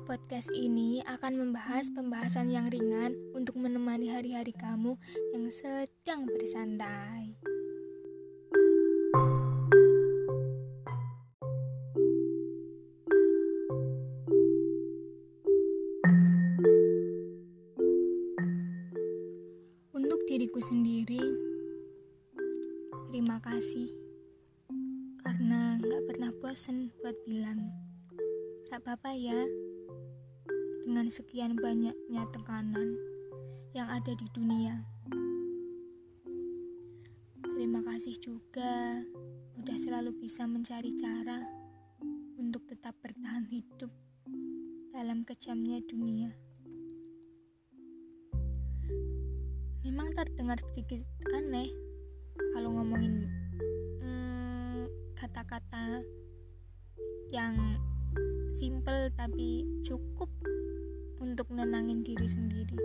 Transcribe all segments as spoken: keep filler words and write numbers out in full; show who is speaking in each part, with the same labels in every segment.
Speaker 1: Podcast ini akan membahas pembahasan yang ringan untuk menemani hari-hari kamu yang sedang bersantai. Untuk diriku sendiri, terima kasih karena gak pernah bosan buat bilang gak apa-apa ya dengan sekian banyaknya tekanan yang ada di dunia. Terima kasih juga udah selalu bisa mencari cara untuk tetap bertahan hidup dalam kejamnya dunia. Memang terdengar sedikit aneh kalau ngomongin hmm, kata-kata yang simple tapi cukup untuk nenangin diri sendiri.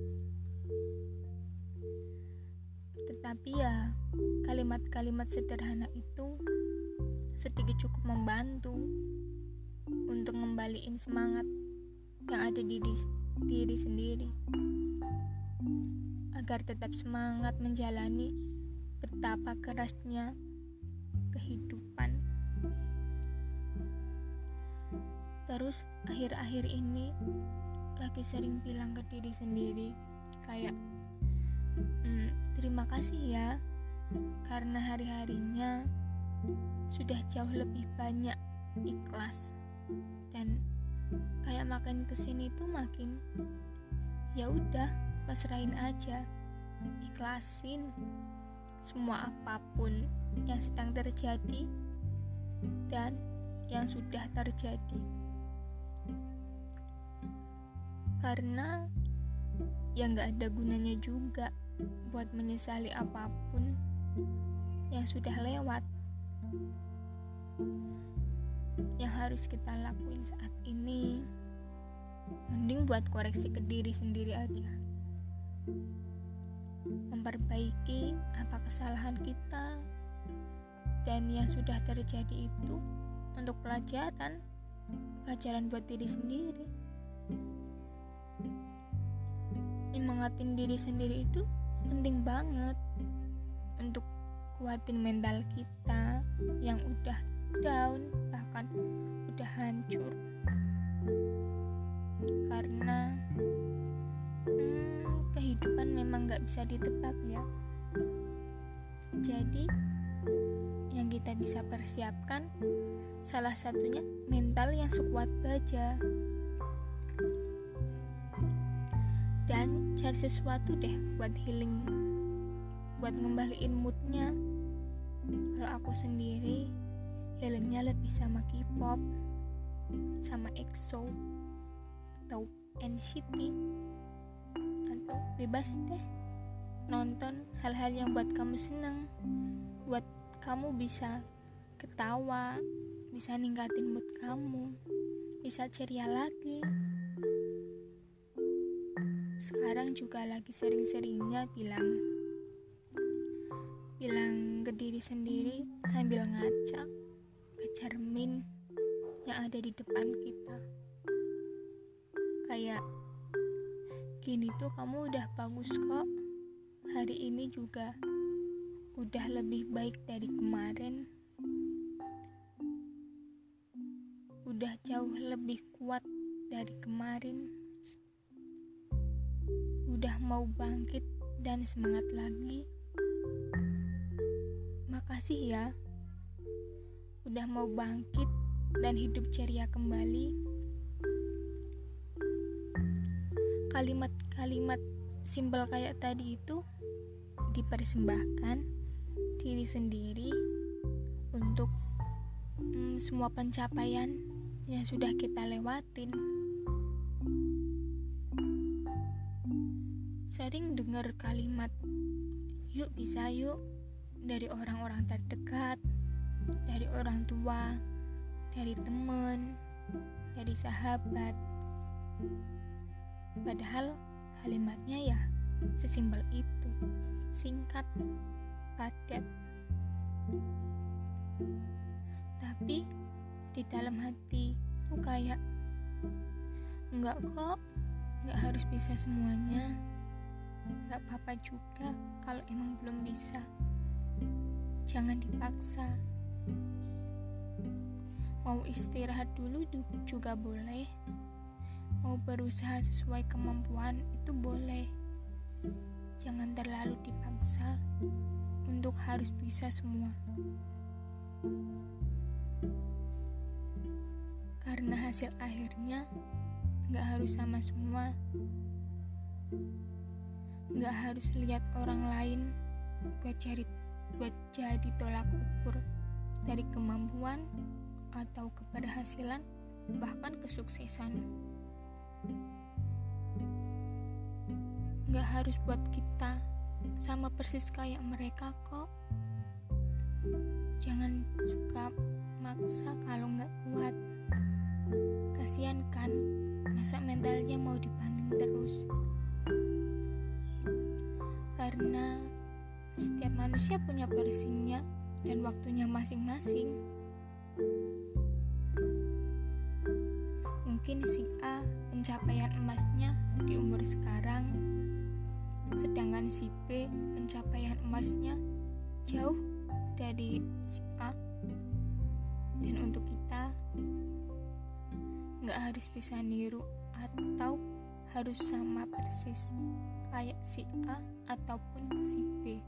Speaker 1: Tetapi ya, kalimat-kalimat sederhana itu sedikit cukup membantu untuk ngembaliin semangat yang ada di diri, diri sendiri, agar tetap semangat menjalani betapa kerasnya kehidupan. Terus akhir-akhir ini lagi sering bilang ke diri sendiri kayak hmm, terima kasih ya karena hari-harinya sudah jauh lebih banyak ikhlas, dan kayak makin kesini tuh makin ya udah pasrahin aja, ikhlasin semua apapun yang sedang terjadi dan yang sudah terjadi. Karena ya gak ada gunanya juga buat menyesali apapun yang sudah lewat. Yang harus kita lakuin saat ini, mending buat koreksi ke diri sendiri aja, memperbaiki apa kesalahan kita, dan yang sudah terjadi itu untuk pelajaran pelajaran buat diri sendiri. Nyemangatin diri sendiri itu penting banget untuk kuatin mental kita yang udah down, bahkan udah hancur. Karena hmm, kehidupan memang gak bisa ditebak ya. Jadi yang kita bisa persiapkan salah satunya mental yang sekuat baja. Dan cari sesuatu deh buat healing, buat ngembaliin moodnya. Kalau aku sendiri healingnya lebih sama K-pop, sama E X O, atau N C T, atau bebas deh nonton hal-hal yang buat kamu seneng, buat kamu bisa ketawa, bisa ningkatin mood kamu, bisa ceria lagi. Sekarang juga lagi sering-seringnya bilang bilang ke diri sendiri sambil ngaca ke cermin yang ada di depan kita. Kayak gini tuh kamu udah bagus kok, hari ini juga udah lebih baik dari kemarin, udah jauh lebih kuat dari kemarin, udah mau bangkit dan semangat lagi. Makasih ya udah mau bangkit dan hidup ceria kembali. Kalimat-kalimat simpel kayak tadi itu dipersembahkan diri sendiri untuk mm, semua pencapaian yang sudah kita lewatin. Sering dengar kalimat yuk bisa yuk dari orang-orang terdekat, dari orang tua, dari teman, dari sahabat. Padahal kalimatnya ya sesimpel itu, singkat, padat. Tapi di dalam hati tuh kayak Enggak kok, enggak harus bisa semuanya. Enggak apa-apa juga kalau emang belum bisa. Jangan dipaksa. Mau istirahat dulu juga boleh. Mau berusaha sesuai kemampuan itu boleh. Jangan terlalu dipaksa untuk harus bisa semua. Karena hasil akhirnya gak harus sama semua. Gak harus lihat orang lain buat cari buat jadi tolak ukur dari kemampuan atau keberhasilan, bahkan kesuksesan. Gak harus buat kita sama persis kayak mereka kok. Jangan suka maksa kalau gak kuat. Kasian kan, masa mentalnya mau dibanting terus. Karena setiap manusia punya porsinya dan waktunya masing-masing. Mungkin si A pencapaian emasnya di umur sekarang, sedangkan si B pencapaian emasnya jauh dari si A. Dan untuk kita, gak harus bisa niru atau harus sama persis kayak si A ataupun si B.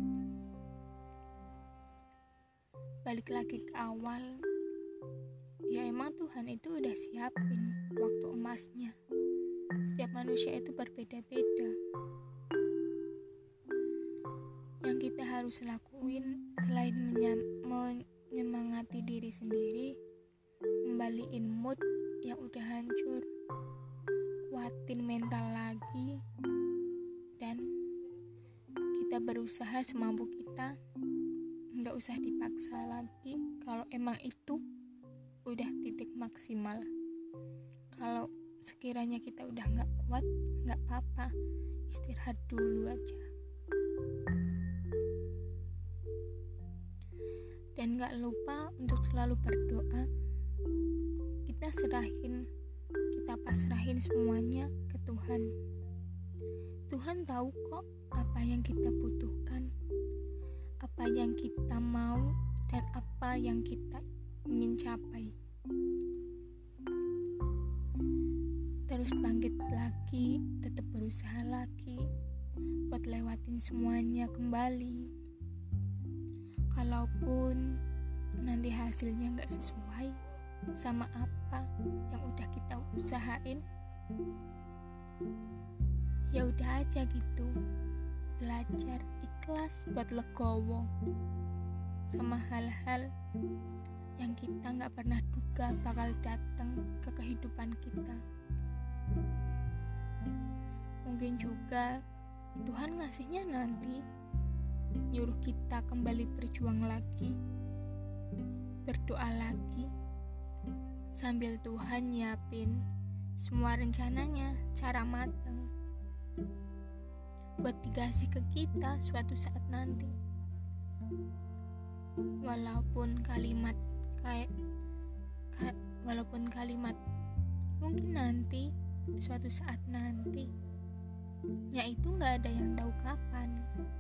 Speaker 1: Balik lagi ke awal, ya emang Tuhan itu udah siapin waktu emasnya. Setiap manusia itu berbeda-beda. Yang kita harus lakuin selain menyam- menyemangati diri sendiri, kembaliin mood yang udah hancur, kuatin mental lagi, dan kita berusaha semampu kita. Gak usah dipaksa lagi kalau emang itu udah titik maksimal. Kalau sekiranya kita udah gak kuat, gak apa-apa, istirahat dulu aja. Dan gak lupa untuk selalu berdoa. Kita serahin, kita pasrahin semuanya ke Tuhan. Tuhan tahu kok apa yang kita butuhkan, apa yang kita mau, dan apa yang kita ingin capai. Terus bangkit lagi, tetap berusaha lagi buat lewatin semuanya kembali. Kalaupun nanti hasilnya gak sesuai sama apa yang udah kita usahain, ya udah aja gitu. Belajar ikhlas buat legowo sama hal-hal yang kita gak pernah duga bakal datang ke kehidupan kita. Mungkin juga Tuhan ngasihnya nanti, nyuruh kita kembali berjuang lagi, berdoa lagi, sambil Tuhan nyiapin semua rencananya secara matang buat dikasih ke kita suatu saat nanti. Walaupun kalimat kayak ka, walaupun kalimat mungkin nanti, suatu saat nanti, ya itu gak ada yang tahu kapan.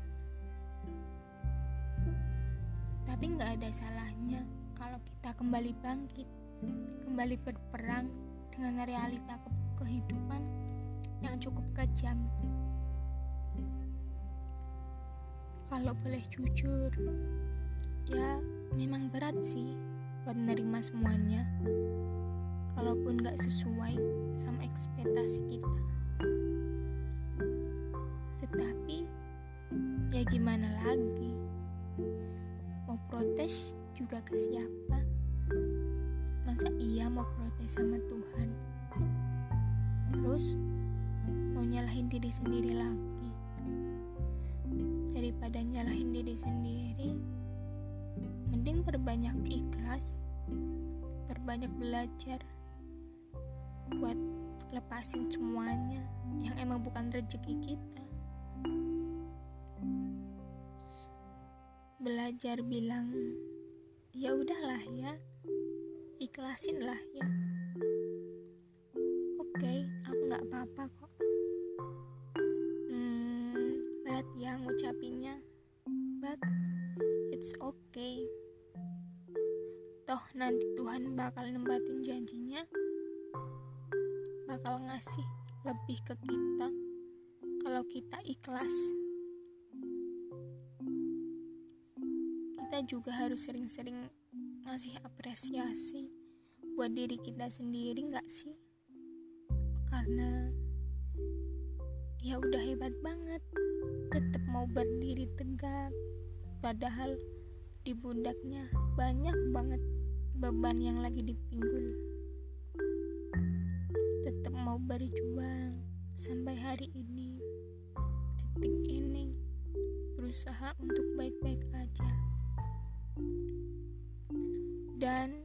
Speaker 1: Tapi gak ada salahnya kalau kita kembali bangkit, kembali berperang dengan realita ke- kehidupan yang cukup kejam. Kalau boleh jujur, ya memang berat sih buat nerima semuanya, kalaupun gak sesuai sama ekspektasi kita. Tetapi ya gimana lagi, mau protes juga ke siapa? Masa iya mau protes sama Tuhan? Terus mau nyalahin diri sendiri lagi? Daripada nyalahin diri sendiri, mending perbanyak ikhlas, perbanyak belajar buat lepasin semuanya yang emang bukan rezeki kita. Belajar bilang, ya udahlah ya, ikhlasin lah ya. Kok okay, aku gak apa-apa kok. Hmm, berat ya ngucapinnya, but it's okay. Toh nanti Tuhan bakal nempatin janjinya, bakal ngasih lebih ke kita kalau kita ikhlas. Kita juga harus sering-sering ngasih apresiasi buat diri kita sendiri, gak sih? Karena ya udah hebat banget, tetap mau berdiri tegak, padahal di pundaknya banyak banget beban yang lagi dipinggul. Tetap mau berjuang sampai hari ini, detik ini, berusaha untuk baik-baik aja. Dan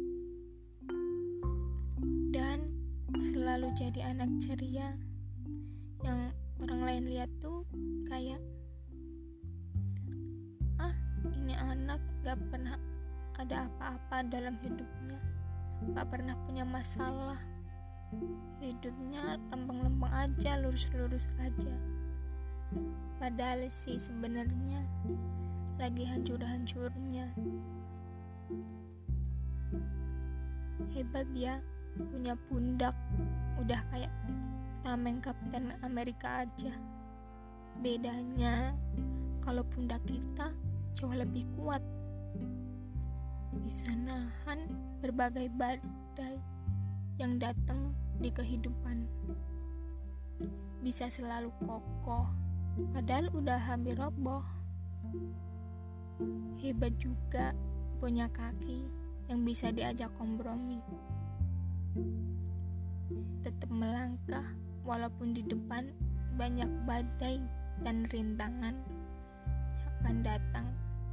Speaker 1: dan selalu jadi anak ceria yang orang lain lihat tuh kayak, ah ini anak gak pernah ada apa-apa dalam hidupnya, gak pernah punya masalah, hidupnya lempeng-lempeng aja, lurus-lurus aja. Padahal sih sebenarnya lagi hancur-hancurnya. Hebat ya, punya pundak udah kayak tameng Kapten Amerika aja. Bedanya kalau pundak kita jauh lebih kuat, bisa nahan berbagai badai yang datang di kehidupan, bisa selalu kokoh padahal udah hampir roboh. Hebat juga punya kaki yang bisa diajak kompromi, tetap melangkah walaupun di depan banyak badai dan rintangan yang akan datang.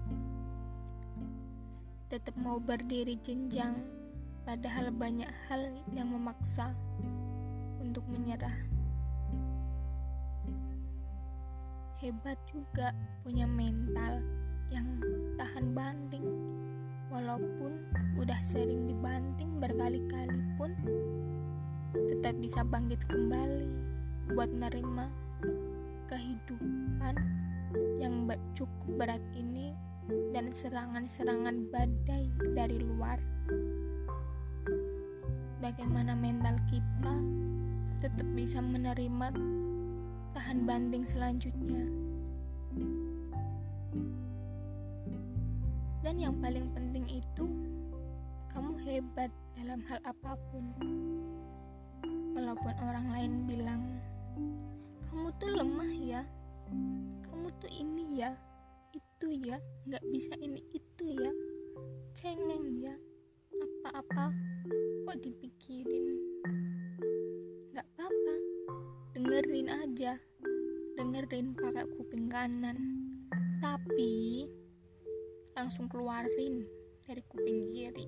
Speaker 1: Tetap mau berdiri jenjang padahal banyak hal yang memaksa untuk menyerah. Hebat juga punya mental yang tahan banting, walaupun udah sering dibanting berkali-kali pun tetap bisa bangkit kembali buat nerima kehidupan yang cukup berat ini dan serangan-serangan badai dari luar. Bagaimana mental kita tetap bisa menerima tahan banting selanjutnya. Dan yang paling penting itu, kamu hebat dalam hal apapun. Walaupun orang lain bilang, kamu tuh lemah ya, kamu tuh ini ya, itu ya, gak bisa ini itu ya, cengeng ya, apa-apa kok dipikirin. Gak apa-apa, dengerin aja, dengerin pakai kuping kanan, tapi langsung keluarin dari kuping kiri.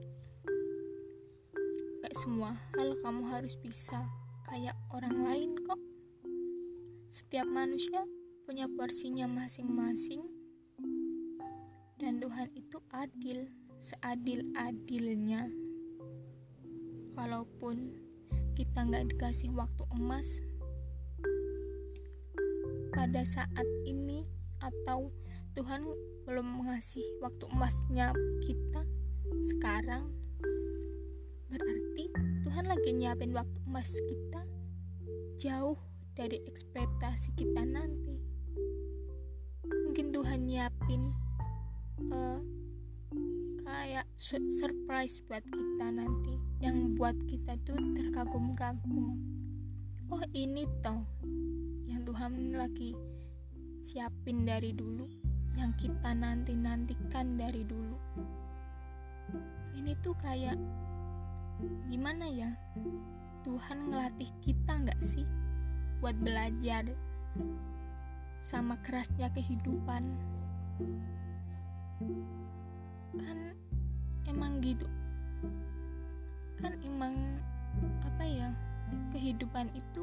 Speaker 1: Gak semua hal kamu harus bisa kayak orang lain kok. Setiap manusia punya porsinya masing-masing, dan Tuhan itu adil, seadil-adilnya. Kalaupun kita gak dikasih waktu emas pada saat ini, atau Tuhan belum mengasih waktu emasnya kita sekarang, berarti Tuhan lagi nyiapin waktu emas kita jauh dari ekspektasi kita nanti. Mungkin Tuhan nyiapin uh, kayak surprise buat kita nanti, yang buat kita tuh terkagum-kagum. Oh ini toh yang Tuhan lagi siapin dari dulu, yang kita nanti-nantikan dari dulu. Ini tuh kayak gimana ya, Tuhan ngelatih kita gak sih buat belajar sama kerasnya kehidupan. Kan emang gitu, kan emang apa ya, kehidupan itu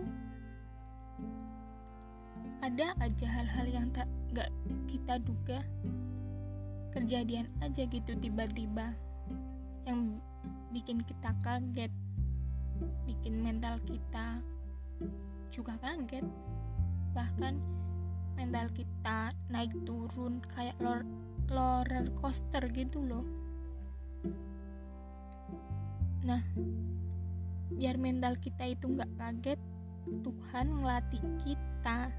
Speaker 1: ada aja hal-hal yang tak gak kita duga, kejadian aja gitu tiba-tiba yang bikin kita kaget. bikin mental kita juga kaget. Bahkan mental kita naik turun kayak roller coaster gitu loh. Nah, biar mental kita itu gak kaget, Tuhan ngelatih kita.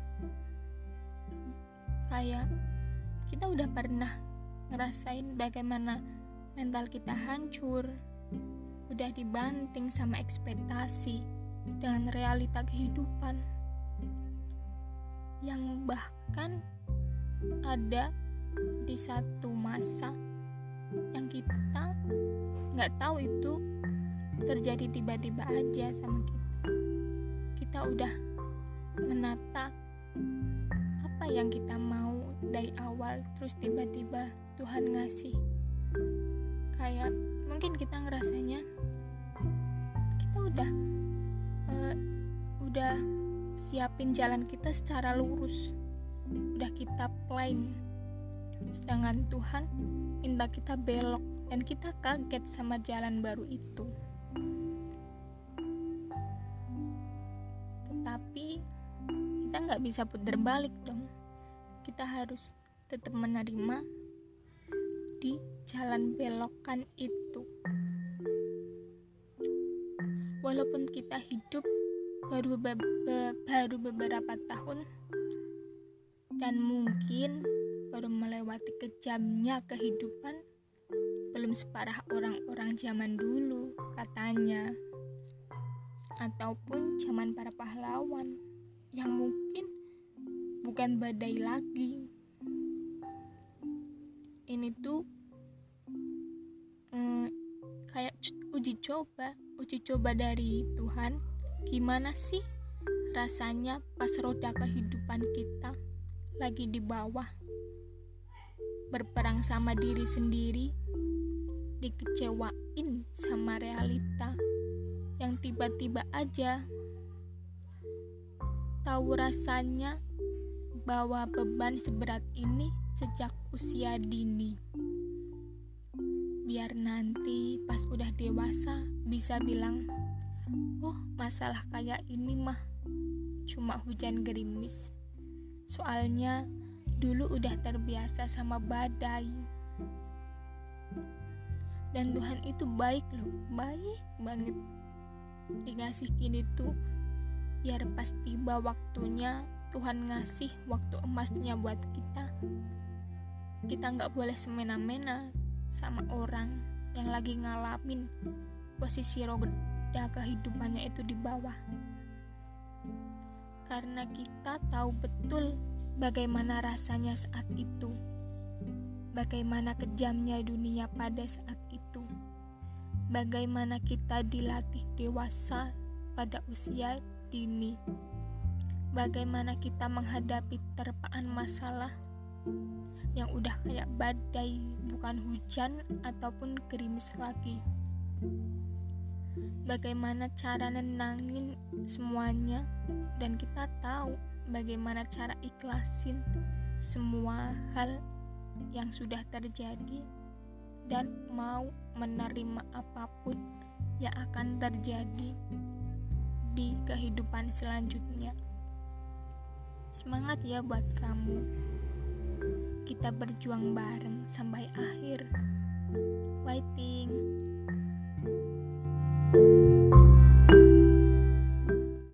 Speaker 1: Kayak kita udah pernah ngerasain bagaimana mental kita hancur, udah dibanting sama ekspektasi dengan realita kehidupan, yang bahkan ada di satu masa yang kita gak tahu itu terjadi tiba-tiba aja sama kita. Kita udah menata apa yang kita mau dari awal, terus tiba-tiba Tuhan ngasih. Kayak mungkin kita ngerasanya kita udah uh, udah siapin jalan kita secara lurus, udah kita plan, sedangkan Tuhan minta kita belok dan kita kaget sama jalan baru itu. Tetapi kita gak bisa putar balik dong. Kita harus tetap menerima di jalan belokan itu. Walaupun kita hidup baru, be- be- baru beberapa tahun dan mungkin baru melewati kejamnya kehidupan, belum separah orang-orang zaman dulu katanya, ataupun zaman para pahlawan yang mungkin bukan badai lagi. Ini tuh hmm, kayak uji coba, uji coba dari Tuhan. Gimana sih rasanya pas roda kehidupan kita lagi di bawah, berperang sama diri sendiri, dikecewain sama realita yang tiba-tiba aja tahu rasanya bawa beban seberat ini sejak usia dini. Biar nanti pas udah dewasa bisa bilang, oh masalah kayak ini mah cuma hujan gerimis. Soalnya dulu udah terbiasa sama badai. Dan Tuhan itu baik loh, baik banget. Dikasih gini tuh biar pas tiba waktunya Tuhan ngasih waktu emasnya buat kita. Kita gak boleh semena-mena sama orang yang lagi ngalamin posisi roda kehidupannya itu di bawah. Karena kita tahu betul bagaimana rasanya saat itu, bagaimana kejamnya dunia pada saat itu, bagaimana kita dilatih dewasa pada usia dini, bagaimana kita menghadapi terpaan masalah yang udah kayak badai, bukan hujan ataupun gerimis lagi. Bagaimana cara nenangin semuanya, dan kita tahu bagaimana cara ikhlasin semua hal yang sudah terjadi dan mau menerima apapun yang akan terjadi di kehidupan selanjutnya. Semangat ya buat kamu. Kita berjuang bareng sampai akhir. Waiting.